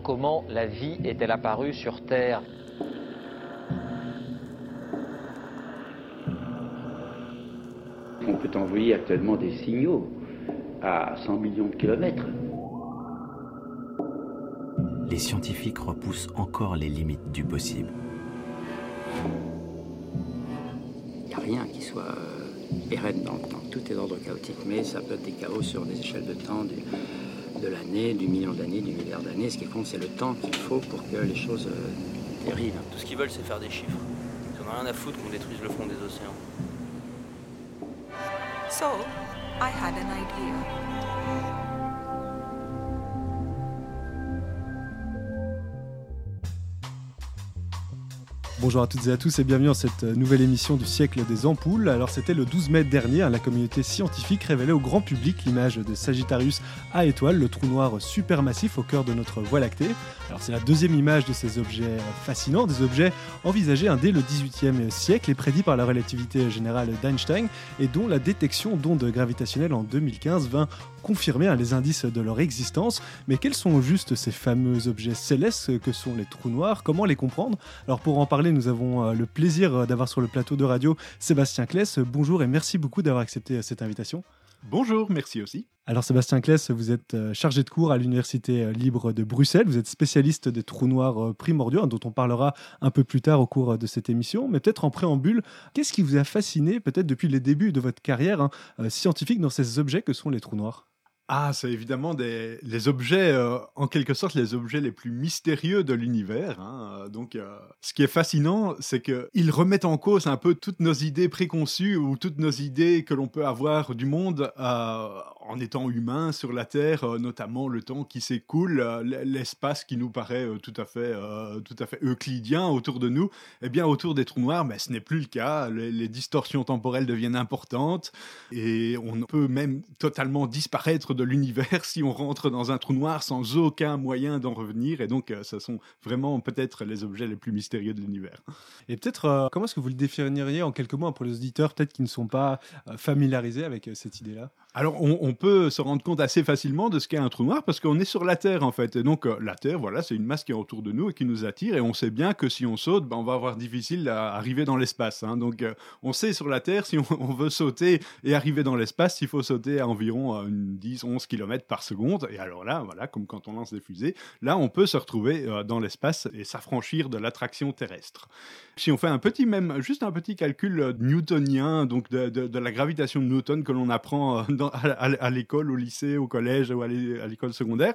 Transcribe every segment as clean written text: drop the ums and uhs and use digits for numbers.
Comment la vie est-elle apparue sur Terre ? On peut envoyer actuellement des signaux à 100 millions de kilomètres. Les scientifiques repoussent encore les limites du possible. Il n'y a rien qui soit pérenne dans le temps. Tout est d'ordre chaotique, mais ça peut être des chaos sur des échelles de temps de l'année, du million d'années, du milliard d'années. Ce qui compte, c'est le temps qu'il faut pour que les choses dérivent. Tout ce qu'ils veulent, c'est faire des chiffres. Ils n'en ont rien à foutre qu'on détruise le fond des océans. So, I had an idea. Bonjour à toutes et à tous et bienvenue dans cette nouvelle émission du siècle des ampoules. Alors c'était le 12 mai dernier, la communauté scientifique révélait au grand public l'image de Sagittarius A étoile, le trou noir supermassif au cœur de notre Voie lactée. Alors c'est la deuxième image de ces objets fascinants, des objets envisagés dès le XVIIIe siècle et prédits par la relativité générale d'Einstein et dont la détection d'ondes gravitationnelles en 2015 vint confirmer les indices de leur existence. Mais quels sont au juste ces fameux objets célestes que sont les trous noirs ? Comment les comprendre ? Alors pour en parler, nous avons le plaisir d'avoir sur le plateau de radio Sébastien Claes. Bonjour et merci beaucoup d'avoir accepté cette invitation. Bonjour, merci aussi. Alors Sébastien Claes, vous êtes chargé de cours à l'Université libre de Bruxelles. Vous êtes spécialiste des trous noirs primordiaux, dont on parlera un peu plus tard au cours de cette émission. Mais peut-être en préambule, qu'est-ce qui vous a fasciné, peut-être depuis les débuts de votre carrière scientifique, dans ces objets que sont les trous noirs ? C'est évidemment les objets, en quelque sorte, les objets les plus mystérieux de l'univers. Donc, ce qui est fascinant, c'est qu'ils remettent en cause un peu toutes nos idées préconçues ou toutes nos idées que l'on peut avoir du monde en étant humain sur la Terre, notamment le temps qui s'écoule, l'espace qui nous paraît tout à fait euclidien autour de nous. Eh bien, autour des trous noirs, ce n'est plus le cas. Les distorsions temporelles deviennent importantes et on peut même totalement disparaître de l'univers si on rentre dans un trou noir sans aucun moyen d'en revenir. Et donc, ce sont vraiment peut-être les objets les plus mystérieux de l'univers. Et peut-être, comment est-ce que vous le définiriez en quelques mots pour les auditeurs peut-être qui ne sont pas familiarisés avec cette idée-là ? Alors, on peut se rendre compte assez facilement de ce qu'est un trou noir parce qu'on est sur la Terre, en fait. Et donc, la Terre, voilà, c'est une masse qui est autour de nous et qui nous attire. Et on sait bien que si on saute, on va avoir difficile à arriver dans l'espace. Donc, on sait sur la Terre, si on veut sauter et arriver dans l'espace, il faut sauter à environ 10-11 km par seconde. Et alors là, voilà, comme quand on lance des fusées, là, on peut se retrouver dans l'espace et s'affranchir de l'attraction terrestre. Si on fait juste un petit calcul newtonien, donc de la gravitation de Newton que l'on apprend à l'école, au lycée, au collège ou à l'école secondaire,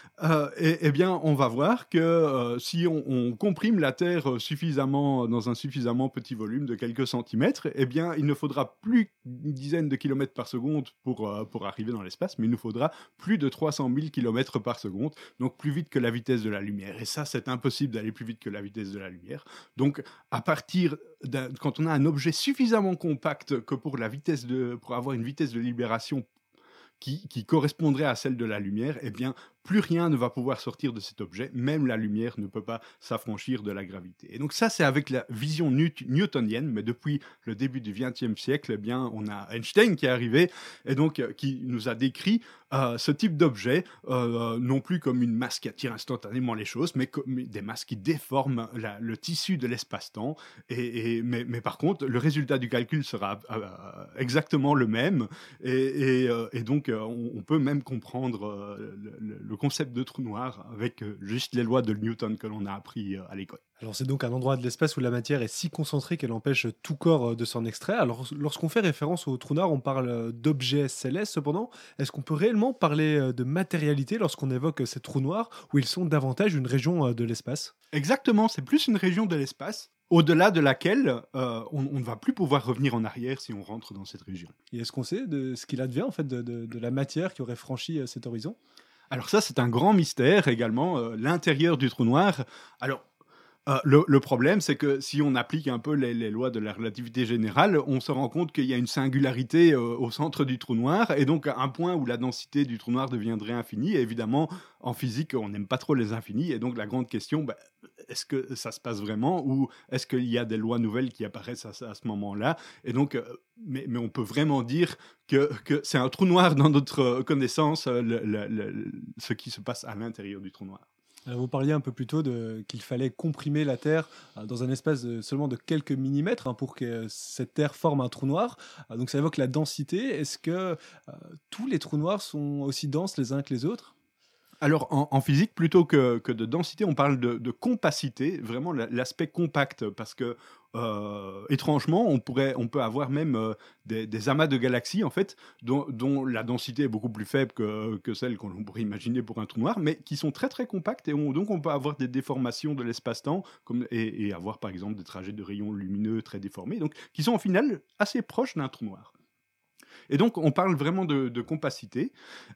eh bien, on va voir que si on comprime la Terre dans un suffisamment petit volume de quelques centimètres, eh bien, il ne faudra plus une dizaine de kilomètres par seconde pour arriver dans l'espace, mais il nous faudra plus de 300 000 kilomètres par seconde, donc plus vite que la vitesse de la lumière. Et ça, c'est impossible d'aller plus vite que la vitesse de la lumière. Donc, quand on a un objet suffisamment compact que pour avoir une vitesse de libération qui correspondrait à celle de la lumière, eh bien, plus rien ne va pouvoir sortir de cet objet, même la lumière ne peut pas s'affranchir de la gravité. Et donc ça, c'est avec la vision newtonienne, mais depuis le début du XXe siècle, eh bien, on a Einstein qui est arrivé et donc qui nous a décrit ce type d'objet, non plus comme une masse qui attire instantanément les choses, mais comme des masses qui déforment le tissu de l'espace-temps. Mais par contre, le résultat du calcul sera exactement le même, et donc on peut même comprendre le concept de trou noir avec juste les lois de Newton que l'on a appris à l'école. Alors c'est donc un endroit de l'espace où la matière est si concentrée qu'elle empêche tout corps de s'en extraire. Alors lorsqu'on fait référence au trou noir, on parle d'objets célestes. Cependant, est-ce qu'on peut réellement parler de matérialité lorsqu'on évoque ces trous noirs où ils sont davantage une région de l'espace ? Exactement, c'est plus une région de l'espace au-delà de laquelle on ne va plus pouvoir revenir en arrière si on rentre dans cette région. Et est-ce qu'on sait de ce qu'il advient en fait de la matière qui aurait franchi cet horizon ? Alors ça, c'est un grand mystère également, l'intérieur du trou noir. Alors, le problème, c'est que si on applique un peu les lois de la relativité générale, on se rend compte qu'il y a une singularité au centre du trou noir, et donc un point où la densité du trou noir deviendrait infinie. Et évidemment, en physique, on n'aime pas trop les infinis, et donc la grande question, est-ce que ça se passe vraiment, ou est-ce qu'il y a des lois nouvelles qui apparaissent à ce moment-là ? Et donc, mais on peut vraiment dire que c'est un trou noir dans notre connaissance, ce qui se passe à l'intérieur du trou noir. Vous parliez un peu plus tôt qu'il fallait comprimer la Terre dans un espace seulement de quelques millimètres pour que cette Terre forme un trou noir. Donc ça évoque la densité. Est-ce que tous les trous noirs sont aussi denses les uns que les autres ? Alors, en physique, plutôt que de densité, on parle de compacité, vraiment l'aspect compact, parce que, étrangement, on peut avoir même des amas de galaxies, en fait, dont la densité est beaucoup plus faible que celle qu'on pourrait imaginer pour un trou noir, mais qui sont très, très compactes, et donc on peut avoir des déformations de l'espace-temps, et avoir, par exemple, des trajets de rayons lumineux très déformés, donc qui sont, au final, assez proches d'un trou noir. Et donc, on parle vraiment de compacité,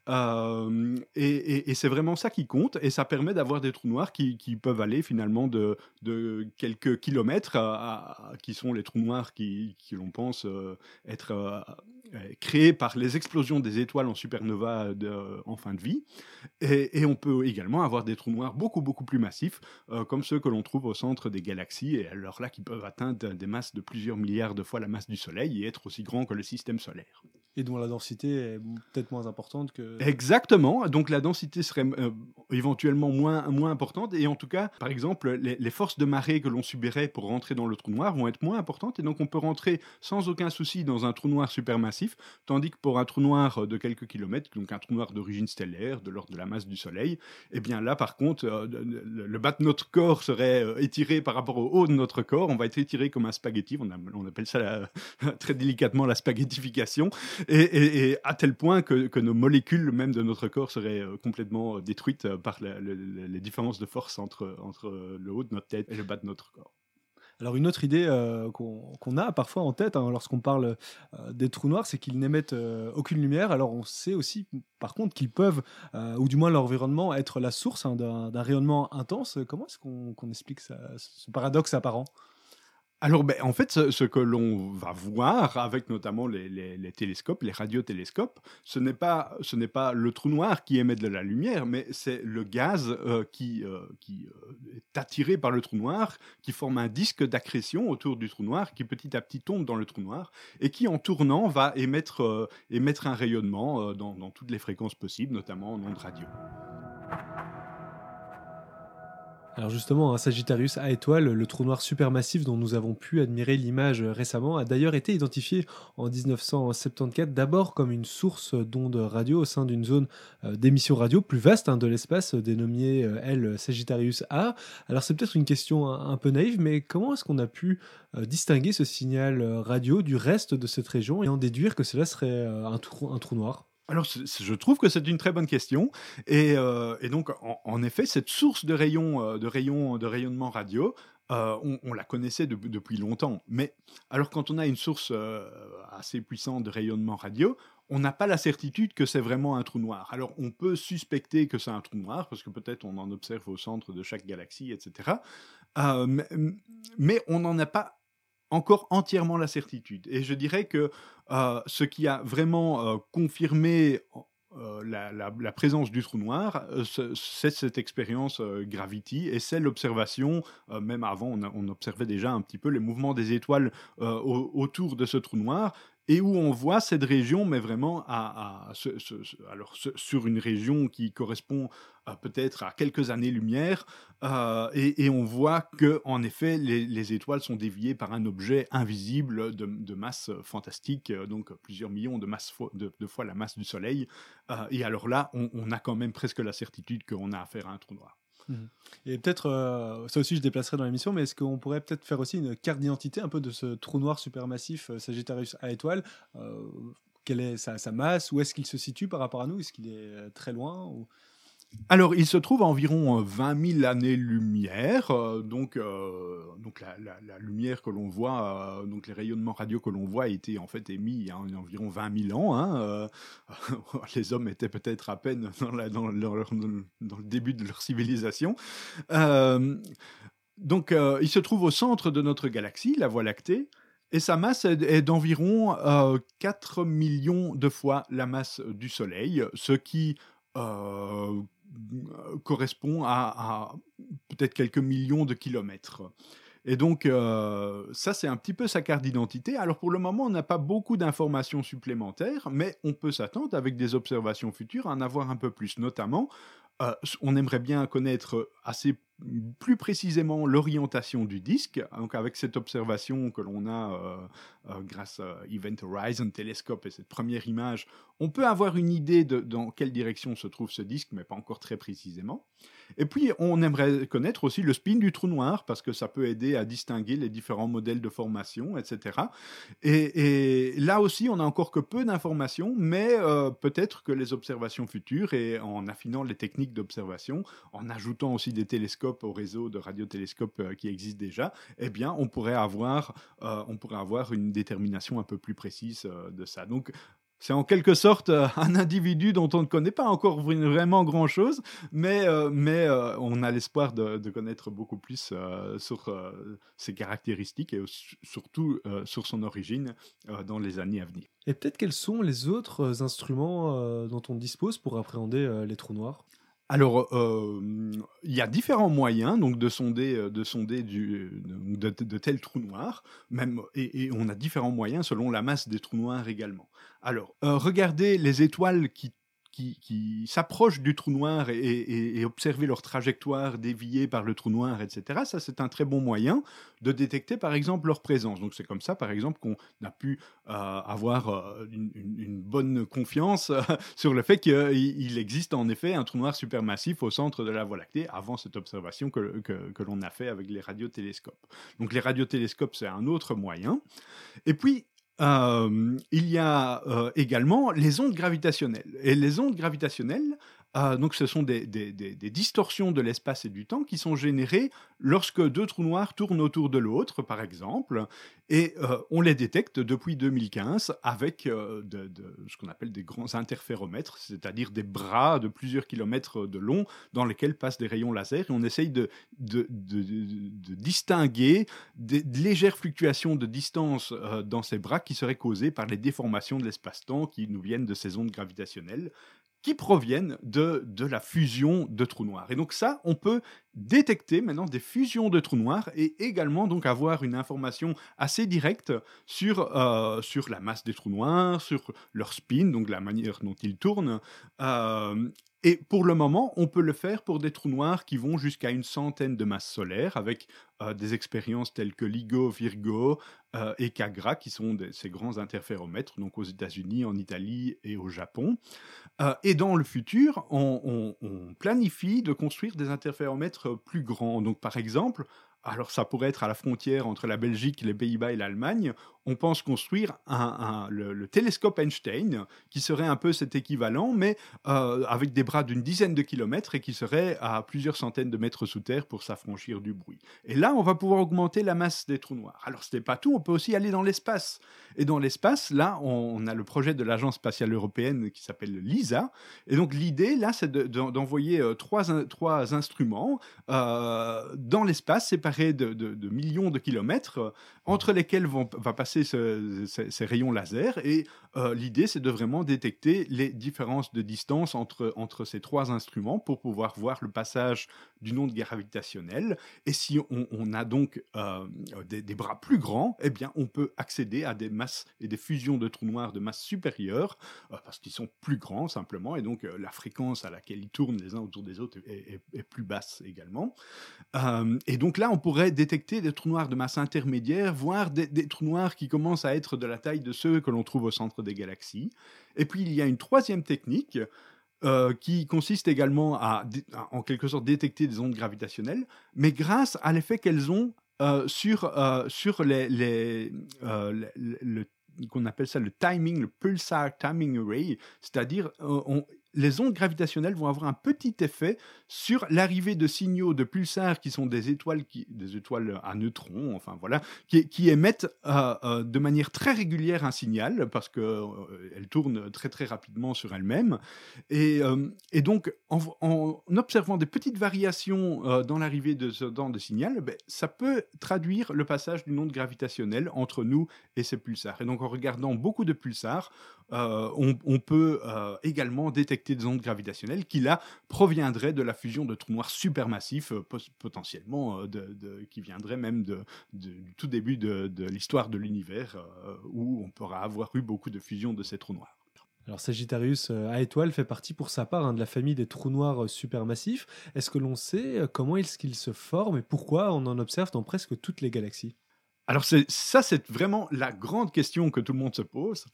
et c'est vraiment ça qui compte, et ça permet d'avoir des trous noirs qui peuvent aller finalement de quelques kilomètres, qui sont les trous noirs qui l'on pense être créés par les explosions des étoiles en supernova en fin de vie. Et on peut également avoir des trous noirs beaucoup, beaucoup plus massifs, comme ceux que l'on trouve au centre des galaxies, et alors là, qui peuvent atteindre des masses de plusieurs milliards de fois la masse du Soleil et être aussi grands que le système solaire. Et dont la densité est peut-être moins importante que... Exactement, donc la densité serait éventuellement moins importante, et en tout cas, par exemple, les forces de marée que l'on subirait pour rentrer dans le trou noir vont être moins importantes, et donc on peut rentrer sans aucun souci dans un trou noir supermassif, tandis que pour un trou noir de quelques kilomètres, donc un trou noir d'origine stellaire, de l'ordre de la masse du Soleil, et bien là, par contre, le bas de notre corps serait étiré par rapport au haut de notre corps, on va être étiré comme un spaghetti, on appelle ça très délicatement la spaghettification, et à tel point que nos molécules même de notre corps seraient complètement détruites par les différences de force entre le haut de notre tête et le bas de notre corps. Alors une autre idée qu'on a parfois en tête lorsqu'on parle des trous noirs, c'est qu'ils n'émettent aucune lumière. Alors on sait aussi par contre qu'ils peuvent, ou du moins leur environnement, être la source d'un rayonnement intense. Comment est-ce qu'on explique ça, ce paradoxe apparent ? Alors, en fait, ce que l'on va voir avec notamment les télescopes, les radiotélescopes, ce n'est pas le trou noir qui émet de la lumière, mais c'est le gaz qui est attiré par le trou noir, qui forme un disque d'accrétion autour du trou noir, qui petit à petit tombe dans le trou noir, et qui, en tournant, va émettre un rayonnement dans toutes les fréquences possibles, notamment en ondes radio. Alors justement, un Sagittarius A étoile, le trou noir supermassif dont nous avons pu admirer l'image récemment, a d'ailleurs été identifié en 1974 d'abord comme une source d'ondes radio au sein d'une zone d'émission radio plus vaste de l'espace, dénommée elle Sagittarius A. Alors c'est peut-être une question un peu naïve, mais comment est-ce qu'on a pu distinguer ce signal radio du reste de cette région et en déduire que cela serait un trou noir ? Alors, je trouve que c'est une très bonne question. Et donc, en effet, cette source de rayonnement radio, on la connaissait depuis longtemps. Mais alors, quand on a une source assez puissante de rayonnement radio, on n'a pas la certitude que c'est vraiment un trou noir. Alors, on peut suspecter que c'est un trou noir, parce que peut-être on en observe au centre de chaque galaxie, etc. Mais on n'en a pas encore entièrement la certitude. Et je dirais que ce qui a vraiment confirmé la présence du trou noir, c'est cette expérience Gravity, et c'est l'observation, même avant on observait déjà un petit peu les mouvements des étoiles autour de ce trou noir, et où on voit cette région, mais vraiment sur une région qui correspond peut-être à quelques années-lumière, et on voit que en effet les étoiles sont déviées par un objet invisible de masse fantastique, donc plusieurs millions de fois la masse du Soleil, et alors là on a quand même presque la certitude qu'on a affaire à un trou noir. Et peut-être, ça aussi je déplacerai dans l'émission, mais est-ce qu'on pourrait peut-être faire aussi une carte d'identité un peu de ce trou noir supermassif Sagittarius A étoile, quelle est sa masse, où est-ce qu'il se situe par rapport à nous, est-ce qu'il est très loin ou... Alors, il se trouve à environ 20 000 années-lumière, donc la lumière que l'on voit, donc les rayonnements radio que l'on voit étaient en fait émis il y a environ 20 000 ans. Les hommes étaient peut-être à peine dans le début de leur civilisation. Donc, il se trouve au centre de notre galaxie, la Voie lactée, et sa masse est d'environ 4 millions de fois la masse du Soleil, ce qui correspond à peut-être quelques millions de kilomètres. Et donc, ça, c'est un petit peu sa carte d'identité. Alors, pour le moment, on n'a pas beaucoup d'informations supplémentaires, mais on peut s'attendre, avec des observations futures, à en avoir un peu plus. Notamment, on aimerait bien connaître plus précisément l'orientation du disque. Donc, avec cette observation que l'on a grâce à Event Horizon Telescope et cette première image, on peut avoir une idée de dans quelle direction se trouve ce disque, mais pas encore très précisément. Et puis, on aimerait connaître aussi le spin du trou noir, parce que ça peut aider à distinguer les différents modèles de formation, etc. Et là aussi, on n'a encore que peu d'informations, mais peut-être que les observations futures, et en affinant les techniques d'observation, en ajoutant aussi des télescopes au réseau de radiotélescopes qui existe déjà, eh bien, on pourrait avoir une détermination un peu plus précise de ça. Donc, c'est en quelque sorte un individu dont on ne connaît pas encore vraiment grand-chose, mais on a l'espoir de connaître beaucoup plus sur ses caractéristiques et surtout sur son origine dans les années à venir. Et peut-être quels sont les autres instruments dont on dispose pour appréhender les trous noirs ? Alors, il y a différents moyens donc, de sonder de tels trous noirs, et on a différents moyens selon la masse des trous noirs également. Alors, regardez les étoiles qui s'approchent du trou noir et observer leur trajectoire déviée par le trou noir, etc. Ça, c'est un très bon moyen de détecter, par exemple, leur présence. Donc, c'est comme ça, par exemple, qu'on a pu avoir une bonne confiance sur le fait qu'il existe en effet un trou noir supermassif au centre de la Voie lactée avant cette observation que l'on a fait avec les radiotélescopes. Donc, les radiotélescopes, c'est un autre moyen. Et puis, il y a également les ondes gravitationnelles. Et les ondes gravitationnelles, donc ce sont des distorsions de l'espace et du temps qui sont générées lorsque deux trous noirs tournent autour de l'autre, par exemple, et on les détecte depuis 2015 avec ce qu'on appelle des grands interféromètres, c'est-à-dire des bras de plusieurs kilomètres de long dans lesquels passent des rayons laser, et on essaye de distinguer des légères fluctuations de distance dans ces bras qui seraient causées par les déformations de l'espace-temps qui nous viennent de ces ondes gravitationnelles, qui proviennent de la fusion de trous noirs. Et donc ça, on peut détecter maintenant des fusions de trous noirs et également donc avoir une information assez directe sur la masse des trous noirs, sur leur spin, donc la manière dont ils tournent. Et pour le moment, on peut le faire pour des trous noirs qui vont jusqu'à 100 de masses solaires, avec des expériences telles que LIGO, Virgo et CAGRA, qui sont ces grands interféromètres, donc aux États-Unis, en Italie et au Japon. Et dans le futur, on planifie de construire des interféromètres plus grands. Donc par exemple, alors ça pourrait être à la frontière entre la Belgique, les Pays-Bas et l'Allemagne, on pense construire le télescope Einstein, qui serait un peu cet équivalent, mais avec des bras d'une dizaine de kilomètres et qui serait à plusieurs centaines de mètres sous terre pour s'affranchir du bruit. Et là, on va pouvoir augmenter la masse des trous noirs. Alors, ce n'est pas tout, on peut aussi aller dans l'espace. Et dans l'espace, là, on a le projet de l'Agence spatiale européenne qui s'appelle l'ISA. Et donc, l'idée, là, c'est d'envoyer trois instruments dans l'espace, séparés de millions de kilomètres, entre lesquels va passer ces rayons laser, et l'idée c'est de vraiment détecter les différences de distance entre ces trois instruments pour pouvoir voir le passage d'une onde gravitationnelle. Et si on a donc des bras plus grands, eh bien on peut accéder à des masses et des fusions de trous noirs de masse supérieure parce qu'ils sont plus grands simplement, et donc la fréquence à laquelle ils tournent les uns autour des autres est plus basse également. Et donc là on pourrait détecter des trous noirs de masse intermédiaire, voire des trous noirs qui commencent à être de la taille de ceux que l'on trouve au centre des galaxies. Et puis il y a une troisième technique qui consiste également à en quelque sorte détecter des ondes gravitationnelles, mais grâce à l'effet qu'elles ont sur qu'on appelle ça le timing, le pulsar timing array, c'est-à-dire les ondes gravitationnelles vont avoir un petit effet sur l'arrivée de signaux de pulsars qui sont des étoiles à neutrons, enfin voilà, qui émettent de manière très régulière un signal parce qu'elles tournent très très rapidement sur elles-mêmes. Et donc, en observant des petites variations dans l'arrivée de ce temps de signal, ça peut traduire le passage d'une onde gravitationnelle entre nous et ces pulsars. Et donc, en regardant beaucoup de pulsars, on peut également détecter détecter des ondes gravitationnelles qui, là, proviendraient de la fusion de trous noirs supermassifs, potentiellement, qui viendraient même du tout début de l'histoire de l'univers, où on pourra avoir eu beaucoup de fusions de ces trous noirs. Alors Sagittarius A étoile fait partie pour sa part de la famille des trous noirs supermassifs. Est-ce que l'on sait comment est-ce qu'ils se forment et pourquoi on en observe dans presque toutes les galaxies ? Alors c'est vraiment la grande question que tout le monde se pose.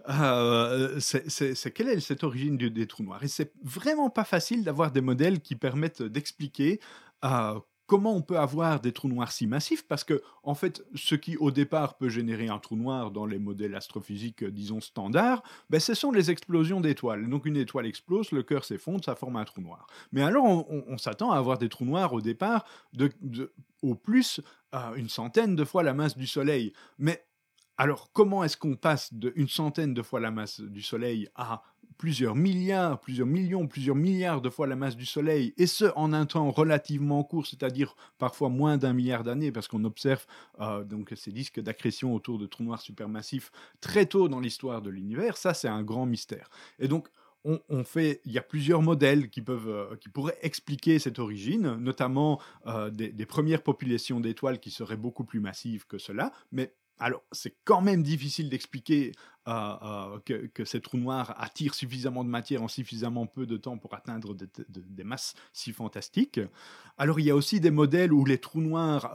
C'est quelle est cette origine des trous noirs ? Et c'est vraiment pas facile d'avoir des modèles qui permettent d'expliquer comment on peut avoir des trous noirs si massifs, parce que, en fait, ce qui, au départ, peut générer un trou noir dans les modèles astrophysiques, disons, standards, ce sont les explosions d'étoiles. Donc, une étoile explose, le cœur s'effondre, ça forme un trou noir. Mais alors, on s'attend à avoir des trous noirs, au départ, au plus une centaine de fois la masse du Soleil. Mais alors, comment est-ce qu'on passe d'une centaine de fois la masse du Soleil à plusieurs milliards, plusieurs millions, plusieurs milliards de fois la masse du Soleil, et ce, en un temps relativement court, c'est-à-dire parfois moins d'1 milliard d'années, parce qu'on observe donc ces disques d'accrétion autour de trous noirs supermassifs très tôt dans l'histoire de l'univers, ça, c'est un grand mystère. Et donc, il y a plusieurs modèles qui pourraient expliquer cette origine, notamment des premières populations d'étoiles qui seraient beaucoup plus massives que cela, mais alors, c'est quand même difficile d'expliquer que ces trous noirs attirent suffisamment de matière en suffisamment peu de temps pour atteindre des masses si fantastiques. Alors, il y a aussi des modèles où des trous noirs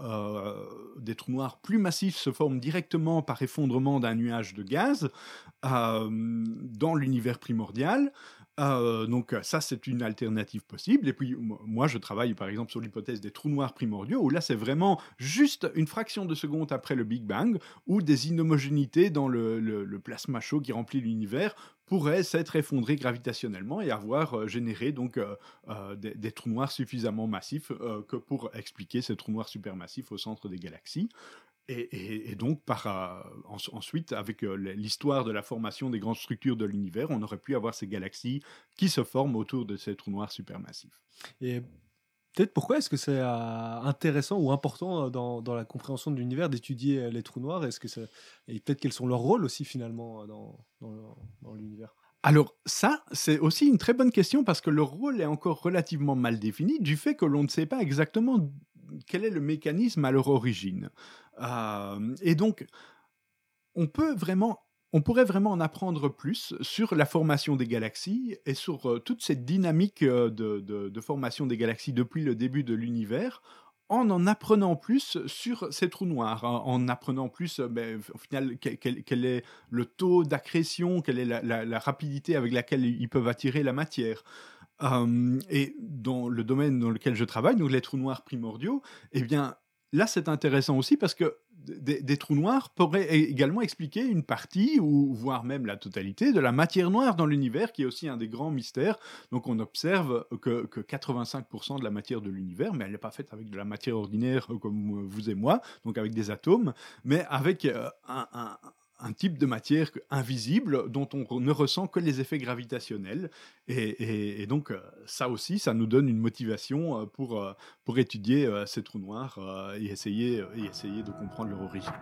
plus massifs se forment directement par effondrement d'un nuage de gaz dans l'univers primordial. Donc ça, c'est une alternative possible. Et puis, moi, je travaille par exemple sur l'hypothèse des trous noirs primordiaux, où là, c'est vraiment juste une fraction de seconde après le Big Bang, où des inhomogénéités dans le plasma chaud qui remplit l'univers pourraient s'être effondrées gravitationnellement et avoir généré donc des trous noirs suffisamment massifs que pour expliquer ces trous noirs supermassifs au centre des galaxies. Et donc, ensuite, avec l'histoire de la formation des grandes structures de l'univers, on aurait pu avoir ces galaxies qui se forment autour de ces trous noirs supermassifs. Et peut-être pourquoi est-ce que c'est intéressant ou important dans la compréhension de l'univers d'étudier les trous noirs ? Et peut-être quels sont leurs rôles aussi finalement dans l'univers ? Alors ça, c'est aussi une très bonne question, parce que leur rôle est encore relativement mal défini du fait que l'on ne sait pas exactement quel est le mécanisme à leur origine. Et donc, on pourrait vraiment en apprendre plus sur la formation des galaxies et sur toute cette dynamique de formation des galaxies depuis le début de l'univers, en apprenant plus sur ces trous noirs, en apprenant plus, au final, quel est le taux d'accrétion, quelle est la rapidité avec laquelle ils peuvent attirer la matière. Et dans le domaine dans lequel je travaille, donc les trous noirs primordiaux, eh bien, là, c'est intéressant aussi parce que des trous noirs pourraient également expliquer une partie, ou voire même la totalité, de la matière noire dans l'univers, qui est aussi un des grands mystères. Donc, on observe que 85% de la matière de l'univers, mais elle n'est pas faite avec de la matière ordinaire comme vous et moi, donc avec des atomes, mais avec un type de matière invisible dont on ne ressent que les effets gravitationnels. Et donc, ça aussi, ça nous donne une motivation pour étudier ces trous noirs et essayer de comprendre leur origine.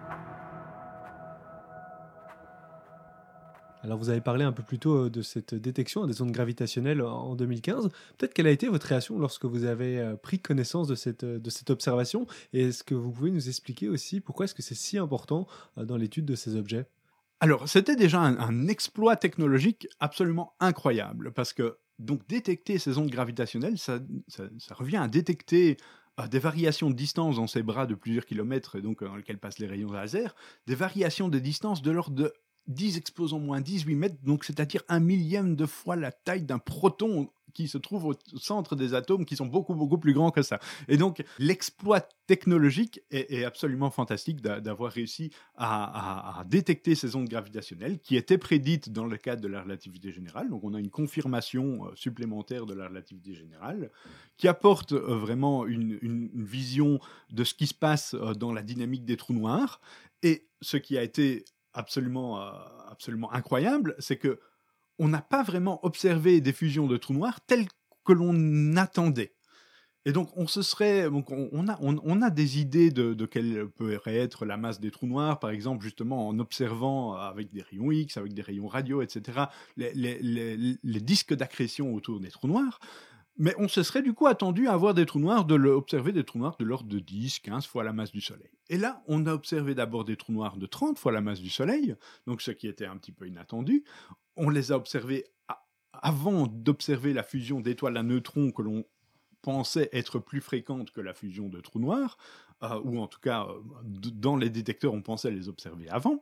Alors vous avez parlé un peu plus tôt de cette détection des ondes gravitationnelles en 2015. Peut-être quelle a été votre réaction lorsque vous avez pris connaissance de cette observation, et est-ce que vous pouvez nous expliquer aussi pourquoi est-ce que c'est si important dans l'étude de ces objets ? Alors, c'était déjà un exploit technologique absolument incroyable, parce que donc détecter ces ondes gravitationnelles, ça revient à détecter des variations de distance dans ces bras de plusieurs kilomètres, et donc dans lesquels passent les rayons laser, des variations de distance de l'ordre de 10 exposants moins 18 mètres, donc c'est-à-dire 1/1000 de fois la taille d'un proton qui se trouve au centre des atomes, qui sont beaucoup, beaucoup plus grands que ça. Et donc, l'exploit technologique est absolument fantastique d'avoir réussi à détecter ces ondes gravitationnelles qui étaient prédites dans le cadre de la relativité générale. Donc, on a une confirmation supplémentaire de la relativité générale qui apporte vraiment une vision de ce qui se passe dans la dynamique des trous noirs. Et ce qui a été absolument incroyable, c'est que on n'a pas vraiment observé des fusions de trous noirs telles que l'on attendait. Et donc, on a des idées de quelle pourrait être la masse des trous noirs, par exemple, justement, en observant avec des rayons X, avec des rayons radio, etc., les disques d'accrétion autour des trous noirs. Mais on se serait du coup attendu à avoir observer des trous noirs de l'ordre de 10, 15 fois la masse du Soleil. Et là, on a observé d'abord des trous noirs de 30 fois la masse du Soleil, donc ce qui était un petit peu inattendu. On les a observés avant d'observer la fusion d'étoiles à neutrons que l'on pensait être plus fréquente que la fusion de trous noirs, ou en tout cas, dans les détecteurs, on pensait les observer avant.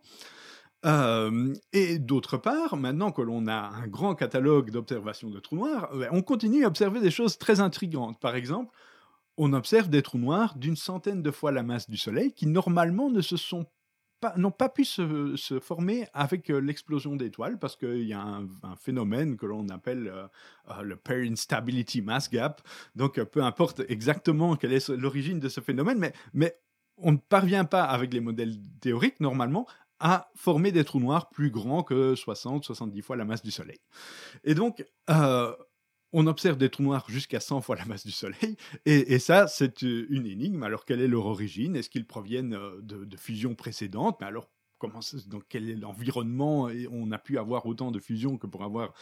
Et d'autre part, maintenant que l'on a un grand catalogue d'observations de trous noirs, on continue à observer des choses très intrigantes. Par exemple, on observe des trous noirs d'une centaine de fois la masse du Soleil qui normalement n'ont pas pu se former avec l'explosion d'étoiles parce qu'il y a un phénomène que l'on appelle le Pair Instability Mass Gap. Donc, peu importe exactement quelle est l'origine de ce phénomène, mais on ne parvient pas avec les modèles théoriques normalement à former des trous noirs plus grands que 60-70 fois la masse du Soleil. Et donc, on observe des trous noirs jusqu'à 100 fois la masse du Soleil, et ça, c'est une énigme. Alors, quelle est leur origine ? Est-ce qu'ils proviennent de fusions précédentes ? Mais alors, donc quel est l'environnement et on a pu avoir autant de fusions que pour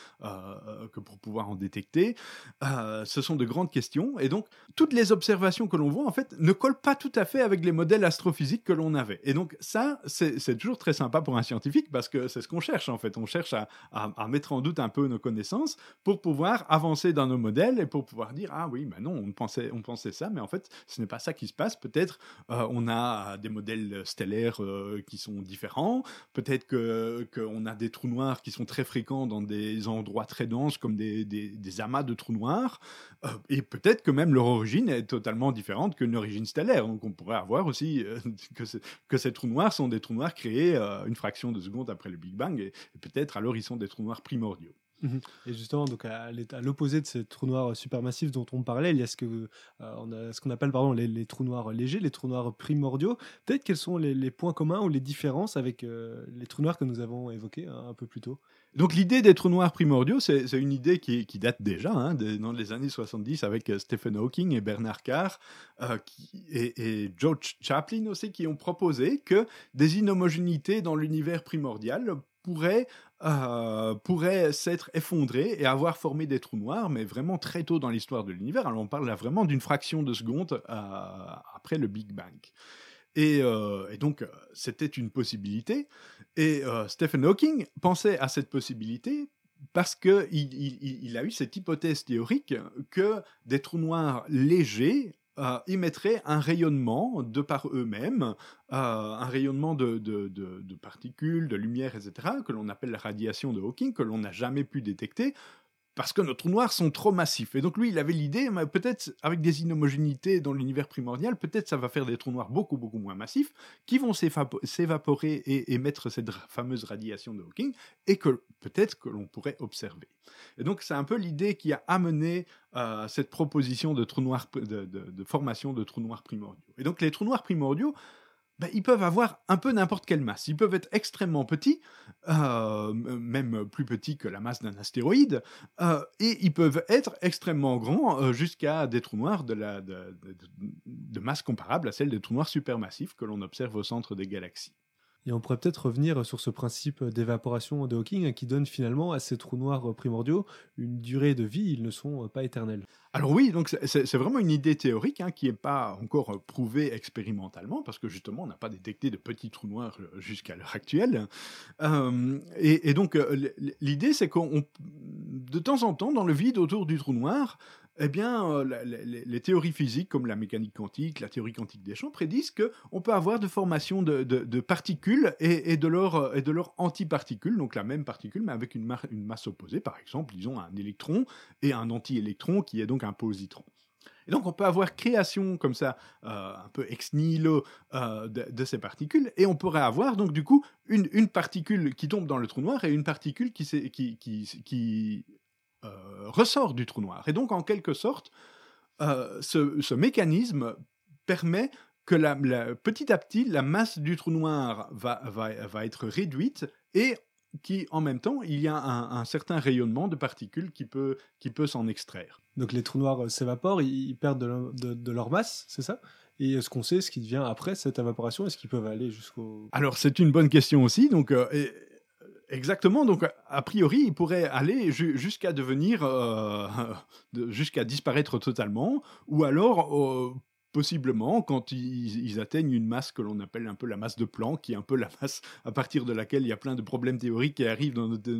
pouvoir en détecter. Ce sont de grandes questions et donc toutes les observations que l'on voit en fait ne collent pas tout à fait avec les modèles astrophysiques que l'on avait. Et donc ça c'est toujours très sympa pour un scientifique parce que c'est ce qu'on cherche en fait. On cherche à mettre en doute un peu nos connaissances pour pouvoir avancer dans nos modèles et pour pouvoir dire ah oui mais non on pensait ça mais en fait ce n'est pas ça qui se passe. Peut-être on a des modèles stellaires qui sont différents. Peut-être qu'on a des trous noirs qui sont très fréquents dans des endroits très denses comme des amas de trous noirs et peut-être que même leur origine est totalement différente qu'une origine stellaire. Donc on pourrait avoir aussi que ces trous noirs sont des trous noirs créés une fraction de seconde après le Big Bang et peut-être alors ils sont des trous noirs primordiaux. Et justement, donc à l'opposé de ces trous noirs supermassifs dont on parlait, il y a ce qu'on appelle les trous noirs légers, les trous noirs primordiaux. Peut-être quels sont les points communs ou les différences avec les trous noirs que nous avons évoqués un peu plus tôt. Donc l'idée des trous noirs primordiaux, c'est une idée qui date déjà dans les années 70 avec Stephen Hawking et Bernard Carr et George Chaplin aussi qui ont proposé que des inhomogénéités dans l'univers primordial pourraient s'être effondrés et avoir formé des trous noirs, mais vraiment très tôt dans l'histoire de l'univers. Alors on parle là vraiment d'une fraction de seconde après le Big Bang. Et donc, c'était une possibilité. Et Stephen Hawking pensait à cette possibilité parce qu'il a eu cette hypothèse théorique que des trous noirs légers émettraient un rayonnement de par eux-mêmes, un rayonnement de particules, de lumière, etc., que l'on appelle la radiation de Hawking, que l'on n'a jamais pu détecter, parce que nos trous noirs sont trop massifs. Et donc lui, il avait l'idée, peut-être avec des inhomogénéités dans l'univers primordial, peut-être ça va faire des trous noirs beaucoup, beaucoup moins massifs, qui vont s'évaporer et émettre cette fameuse radiation de Hawking, et que peut-être que l'on pourrait observer. Et donc c'est un peu l'idée qui a amené cette proposition de trous noirs, de formation de trous noirs primordiaux. Et donc les trous noirs primordiaux, ils peuvent avoir un peu n'importe quelle masse. Ils peuvent être extrêmement petits, même plus petits que la masse d'un astéroïde, et ils peuvent être extrêmement grands jusqu'à des trous noirs de masse comparable à celle des trous noirs supermassifs que l'on observe au centre des galaxies. Et on pourrait peut-être revenir sur ce principe d'évaporation de Hawking qui donne finalement à ces trous noirs primordiaux une durée de vie, ils ne sont pas éternels. Alors oui, donc c'est vraiment une idée théorique qui n'est pas encore prouvée expérimentalement, parce que justement on n'a pas détecté de petits trous noirs jusqu'à l'heure actuelle. Et donc l'idée c'est qu'on, de temps en temps, dans le vide autour du trou noir, eh bien, les théories physiques comme la mécanique quantique, la théorie quantique des champs prédisent qu'on peut avoir de formation de particules et de leur antiparticules, donc la même particule mais avec une masse opposée, par exemple, disons un électron et un anti-électron qui est donc un positron. Et donc on peut avoir création comme ça, un peu ex nihilo de ces particules, et on pourrait avoir donc du coup une particule qui tombe dans le trou noir et une particule qui ressort du trou noir. Et donc, en quelque sorte, ce mécanisme permet que petit à petit, la masse du trou noir va être réduite et en même temps, il y a un certain rayonnement de particules qui peut s'en extraire. Donc les trous noirs s'évaporent, ils perdent de leur masse, c'est ça? Et est-ce qu'on sait ce qui devient après cette évaporation? Est-ce qu'ils peuvent aller jusqu'au... Alors, c'est une bonne question aussi. Donc, exactement. Donc, a priori, ils pourraient aller jusqu'à devenir, jusqu'à disparaître totalement, ou alors, possiblement, quand ils atteignent une masse que l'on appelle un peu la masse de Planck, qui est un peu la masse à partir de laquelle il y a plein de problèmes théoriques qui arrivent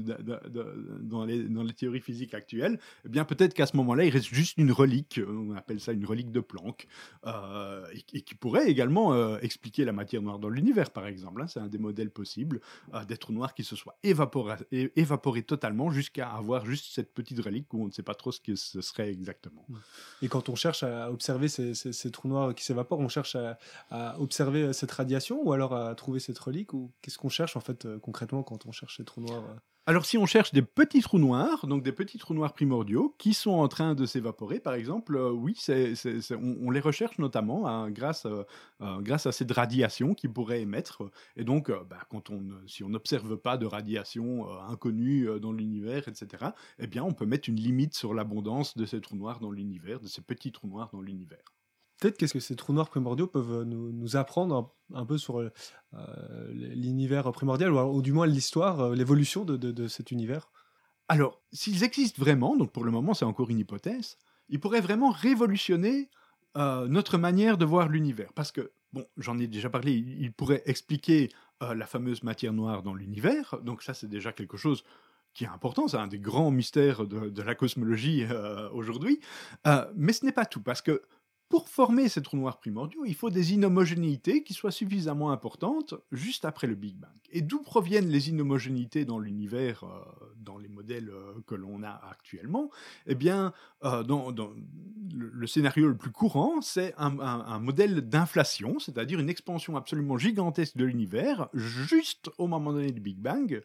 dans les théories physiques actuelles, eh bien peut-être qu'à ce moment-là, il reste juste une relique, on appelle ça une relique de Planck, et qui pourrait également expliquer la matière noire dans l'univers, par exemple. Hein. C'est un des modèles possibles, des trous noirs qui se soient évaporés totalement jusqu'à avoir juste cette petite relique où on ne sait pas trop ce que ce serait exactement. Et quand on cherche à observer ces trous noirs qui s'évaporent, on cherche à observer cette radiation ou alors à trouver cette relique, ou qu'est-ce qu'on cherche en fait concrètement quand on cherche ces trous noirs? Alors, si on cherche des petits trous noirs, donc des petits trous noirs primordiaux qui sont en train de s'évaporer, par exemple, oui, on les recherche notamment grâce à cette radiation qu'ils pourraient émettre. Et donc, si on n'observe pas de radiation inconnue dans l'univers, etc., eh bien, on peut mettre une limite sur l'abondance de ces trous noirs dans l'univers, de ces petits trous noirs dans l'univers. Peut-être qu'est-ce que ces trous noirs primordiaux peuvent nous apprendre un peu sur l'univers primordial, ou du moins l'histoire, l'évolution de cet univers? Alors, s'ils existent vraiment, donc pour le moment c'est encore une hypothèse, ils pourraient vraiment révolutionner notre manière de voir l'univers. Parce que, bon, j'en ai déjà parlé, ils pourraient expliquer la fameuse matière noire dans l'univers, donc ça c'est déjà quelque chose qui est important, c'est un des grands mystères de la cosmologie aujourd'hui, mais ce n'est pas tout, parce que pour former ces trous noirs primordiaux, il faut des inhomogénéités qui soient suffisamment importantes juste après le Big Bang. Et d'où proviennent les inhomogénéités dans l'univers, dans les modèles que l'on a actuellement? Eh bien, dans le scénario le plus courant, c'est un modèle d'inflation, c'est-à-dire une expansion absolument gigantesque de l'univers, juste au moment donné du Big Bang,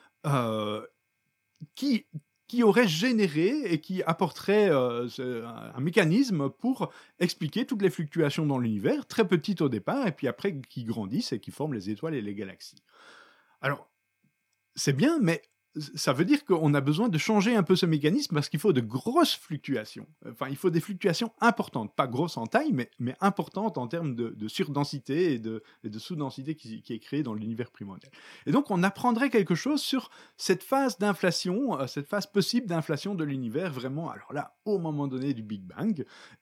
qui aurait généré et qui apporterait un mécanisme pour expliquer toutes les fluctuations dans l'univers, très petites au départ, et puis après qui grandissent et qui forment les étoiles et les galaxies. Alors, c'est bien, mais ça veut dire qu'on a besoin de changer un peu ce mécanisme parce qu'il faut de grosses fluctuations. Enfin, il faut des fluctuations importantes, pas grosses en taille, mais importantes en termes de surdensité et de sous-densité qui est créée dans l'univers primordial. Et donc, on apprendrait quelque chose sur cette phase d'inflation, cette phase possible d'inflation de l'univers, vraiment, alors là, au moment donné du Big Bang,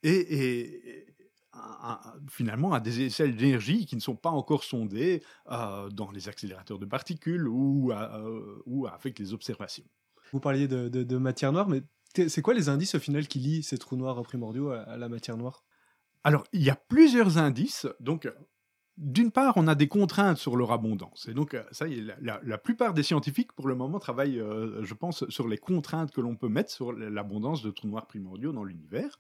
finalement à des échelles d'énergie qui ne sont pas encore sondées dans les accélérateurs de particules ou avec les observations. Vous parliez de matière noire, mais c'est quoi les indices au final qui lient ces trous noirs primordiaux à la matière noire? Alors, il y a plusieurs indices. Donc, d'une part, on a des contraintes sur leur abondance. Et donc, ça, la plupart des scientifiques, pour le moment, travaillent, je pense, sur les contraintes que l'on peut mettre sur l'abondance de trous noirs primordiaux dans l'univers.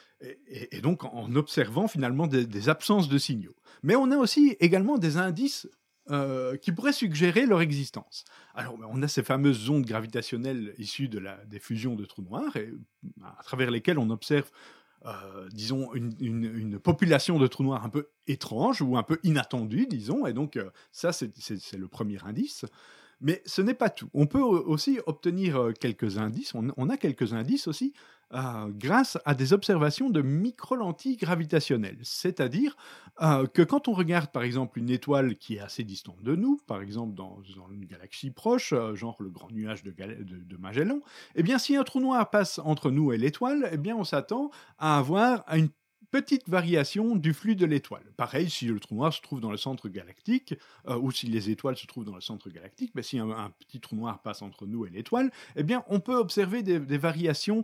Et donc en observant finalement des absences de signaux. Mais on a aussi également des indices qui pourraient suggérer leur existence. Alors on a ces fameuses ondes gravitationnelles issues des fusions de trous noirs, et, à travers lesquelles on observe, disons, une population de trous noirs un peu étrange ou un peu inattendue, disons, et donc ça c'est le premier indice. Mais ce n'est pas tout. On peut aussi obtenir quelques indices, on a quelques indices aussi, grâce à des observations de micro-lentilles gravitationnelles. C'est-à-dire que quand on regarde par exemple une étoile qui est assez distante de nous, par exemple dans une galaxie proche, genre le grand nuage de Magellan, eh bien si un trou noir passe entre nous et l'étoile, eh bien on s'attend à avoir une petite variation du flux de l'étoile. Pareil, si le trou noir se trouve dans le centre galactique, ou si les étoiles se trouvent dans le centre galactique, mais si un petit trou noir passe entre nous et l'étoile, eh bien, on peut observer des variations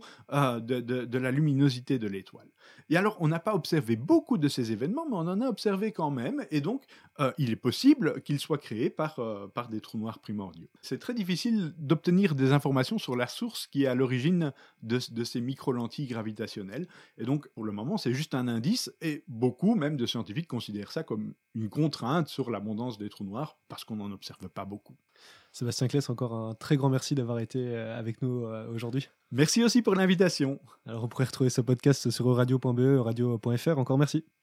de la luminosité de l'étoile. Et alors, on n'a pas observé beaucoup de ces événements, mais on en a observé quand même, et donc, il est possible qu'ils soient créés par des trous noirs primordiaux. C'est très difficile d'obtenir des informations sur la source qui est à l'origine de ces micro-lentilles gravitationnelles, et donc, pour le moment, c'est juste un indice, et beaucoup même de scientifiques considèrent ça comme une contrainte sur l'abondance des trous noirs parce qu'on n'en observe pas beaucoup. Sébastien Claes, encore un très grand merci d'avoir été avec nous aujourd'hui. Merci aussi pour l'invitation. Alors vous pourrez retrouver ce podcast sur euradio.be, euradio.fr. Encore merci.